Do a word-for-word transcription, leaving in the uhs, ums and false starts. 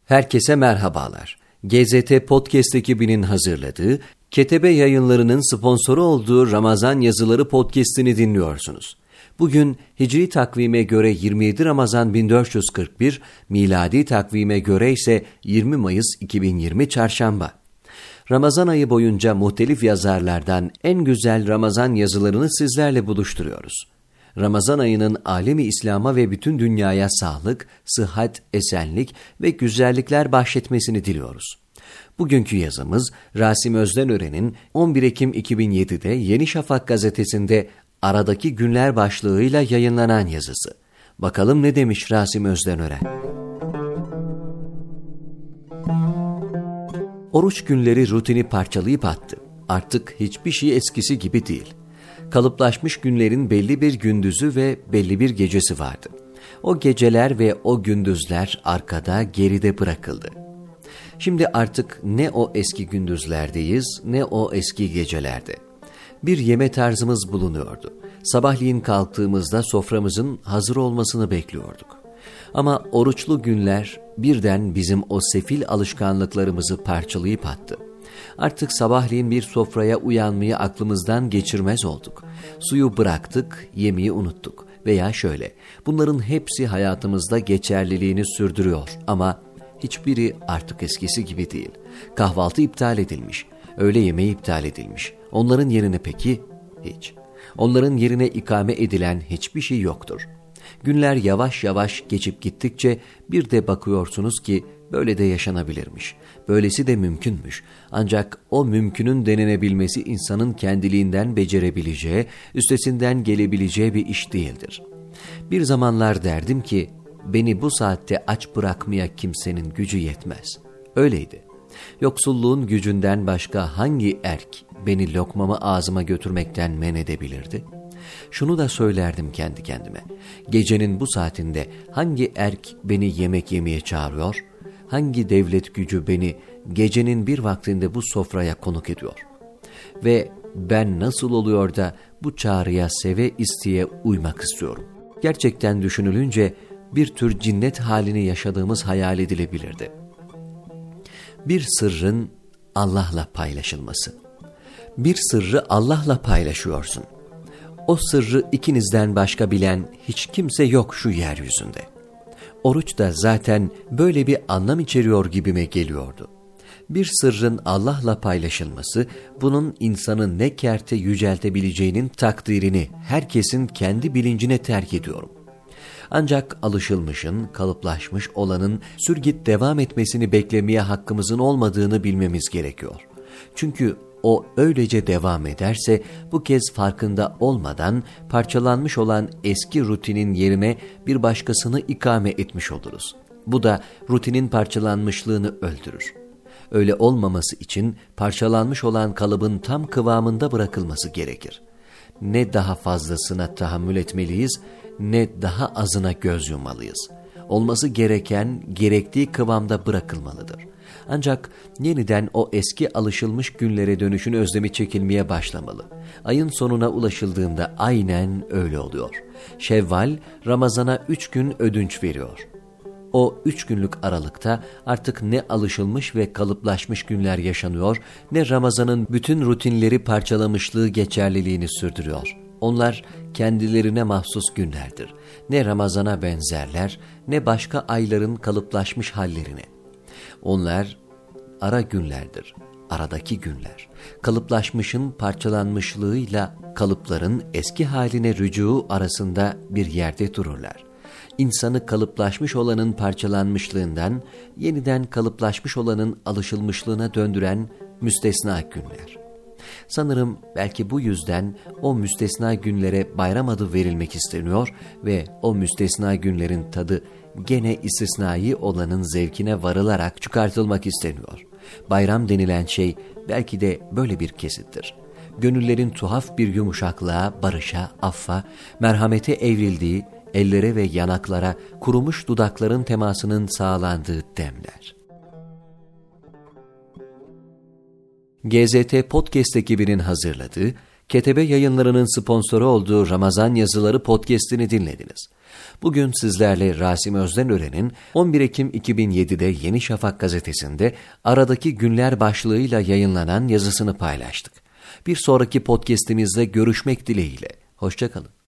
Herkese merhabalar. G Z T Podcast ekibinin hazırladığı, Ketebe Yayınları'nın sponsoru olduğu Ramazan Yazıları Podcast'ini dinliyorsunuz. Bugün Hicri takvime göre yirmi yedi Ramazan bin dört yüz kırk bir, miladi takvime göre ise yirmi Mayıs iki bin yirmi Çarşamba. Ramazan ayı boyunca muhtelif yazarlardan en güzel Ramazan yazılarını sizlerle buluşturuyoruz. Ramazan ayının alemi İslam'a ve bütün dünyaya sağlık, sıhhat, esenlik ve güzellikler bahşetmesini diliyoruz. Bugünkü yazımız Rasim Özdenören'in on bir Ekim iki bin yedi'de Yeni Şafak gazetesinde Aradaki Günler başlığıyla yayınlanan yazısı. Bakalım ne demiş Rasim Özdenören? Oruç günleri rutini parçalayıp attı. Artık hiçbir şey eskisi gibi değil. Kalıplaşmış günlerin belli bir gündüzü ve belli bir gecesi vardı. O geceler ve o gündüzler arkada, geride bırakıldı. Şimdi artık ne o eski gündüzlerdeyiz, ne o eski gecelerde. Bir yeme tarzımız bulunuyordu. Sabahleyin kalktığımızda soframızın hazır olmasını bekliyorduk. Ama oruçlu günler birden bizim o sefil alışkanlıklarımızı parçalayıp attı. Artık sabahleyin bir sofraya uyanmayı aklımızdan geçirmez olduk. Suyu bıraktık, yemeği unuttuk. Veya şöyle, bunların hepsi hayatımızda geçerliliğini sürdürüyor ama hiçbiri artık eskisi gibi değil. Kahvaltı iptal edilmiş, öğle yemeği iptal edilmiş. Onların yerine peki? Hiç. Onların yerine ikame edilen hiçbir şey yoktur. Günler yavaş yavaş geçip gittikçe bir de bakıyorsunuz ki böyle de yaşanabilirmiş. Böylesi de mümkünmüş. Ancak o mümkünün denenebilmesi insanın kendiliğinden becerebileceği, üstesinden gelebileceği bir iş değildir. Bir zamanlar derdim ki, beni bu saatte aç bırakmaya kimsenin gücü yetmez. Öyleydi. Yoksulluğun gücünden başka hangi erk beni lokmamı ağzıma götürmekten men edebilirdi? Şunu da söylerdim kendi kendime. Gecenin bu saatinde hangi erk beni yemek yemeye çağırıyor? Hangi devlet gücü beni gecenin bir vaktinde bu sofraya konuk ediyor? Ve ben nasıl oluyor da bu çağrıya seve isteye uymak istiyorum? Gerçekten düşünülünce bir tür cinnet halini yaşadığımız hayal edilebilirdi. Bir sırrın Allah'la paylaşılması. Bir sırrı Allah'la paylaşıyorsun. O sırrı ikinizden başka bilen hiç kimse yok şu yeryüzünde. Oruç da zaten böyle bir anlam içeriyor gibime geliyordu. Bir sırrın Allah'la paylaşılması, bunun insanı ne kerte yüceltebileceğinin takdirini herkesin kendi bilincine terk ediyorum. Ancak alışılmışın, kalıplaşmış olanın sürgit devam etmesini beklemeye hakkımızın olmadığını bilmemiz gerekiyor. Çünkü o öylece devam ederse bu kez farkında olmadan parçalanmış olan eski rutinin yerine bir başkasını ikame etmiş oluruz. Bu da rutinin parçalanmışlığını öldürür. Öyle olmaması için parçalanmış olan kalıbın tam kıvamında bırakılması gerekir. Ne daha fazlasına tahammül etmeliyiz, ne daha azına göz yummalıyız. Olması gereken, gerektiği kıvamda bırakılmalıdır. Ancak yeniden o eski alışılmış günlere dönüşün özlemi çekilmeye başlamalı. Ayın sonuna ulaşıldığında aynen öyle oluyor. Şevval, Ramazan'a üç gün ödünç veriyor. O üç günlük aralıkta artık ne alışılmış ve kalıplaşmış günler yaşanıyor, ne Ramazan'ın bütün rutinleri parçalamışlığı geçerliliğini sürdürüyor. Onlar kendilerine mahsus günlerdir. Ne Ramazan'a benzerler, ne başka ayların kalıplaşmış hallerine. Onlar ara günlerdir, aradaki günler. Kalıplaşmışın parçalanmışlığıyla kalıpların eski haline rücuu arasında bir yerde dururlar. İnsanı kalıplaşmış olanın parçalanmışlığından, yeniden kalıplaşmış olanın alışılmışlığına döndüren müstesna günler. Sanırım belki bu yüzden o müstesna günlere bayram adı verilmek isteniyor ve o müstesna günlerin tadı gene istisnai olanın zevkine varılarak çıkartılmak isteniyor. Bayram denilen şey belki de böyle bir kesittir. Gönüllerin tuhaf bir yumuşaklığa, barışa, affa, merhamete evrildiği, ellere ve yanaklara kurumuş dudakların temasının sağlandığı demler. G Z T Podcast ekibinin hazırladığı, Ketebe Yayınları'nın sponsoru olduğu Ramazan Yazıları podcast'ini dinlediniz. Bugün sizlerle Rasim Özdenören'in on bir Ekim iki bin yedide Yeni Şafak gazetesinde Aradaki Günler başlığıyla yayınlanan yazısını paylaştık. Bir sonraki podcast'imizde görüşmek dileğiyle. Hoşça kalın.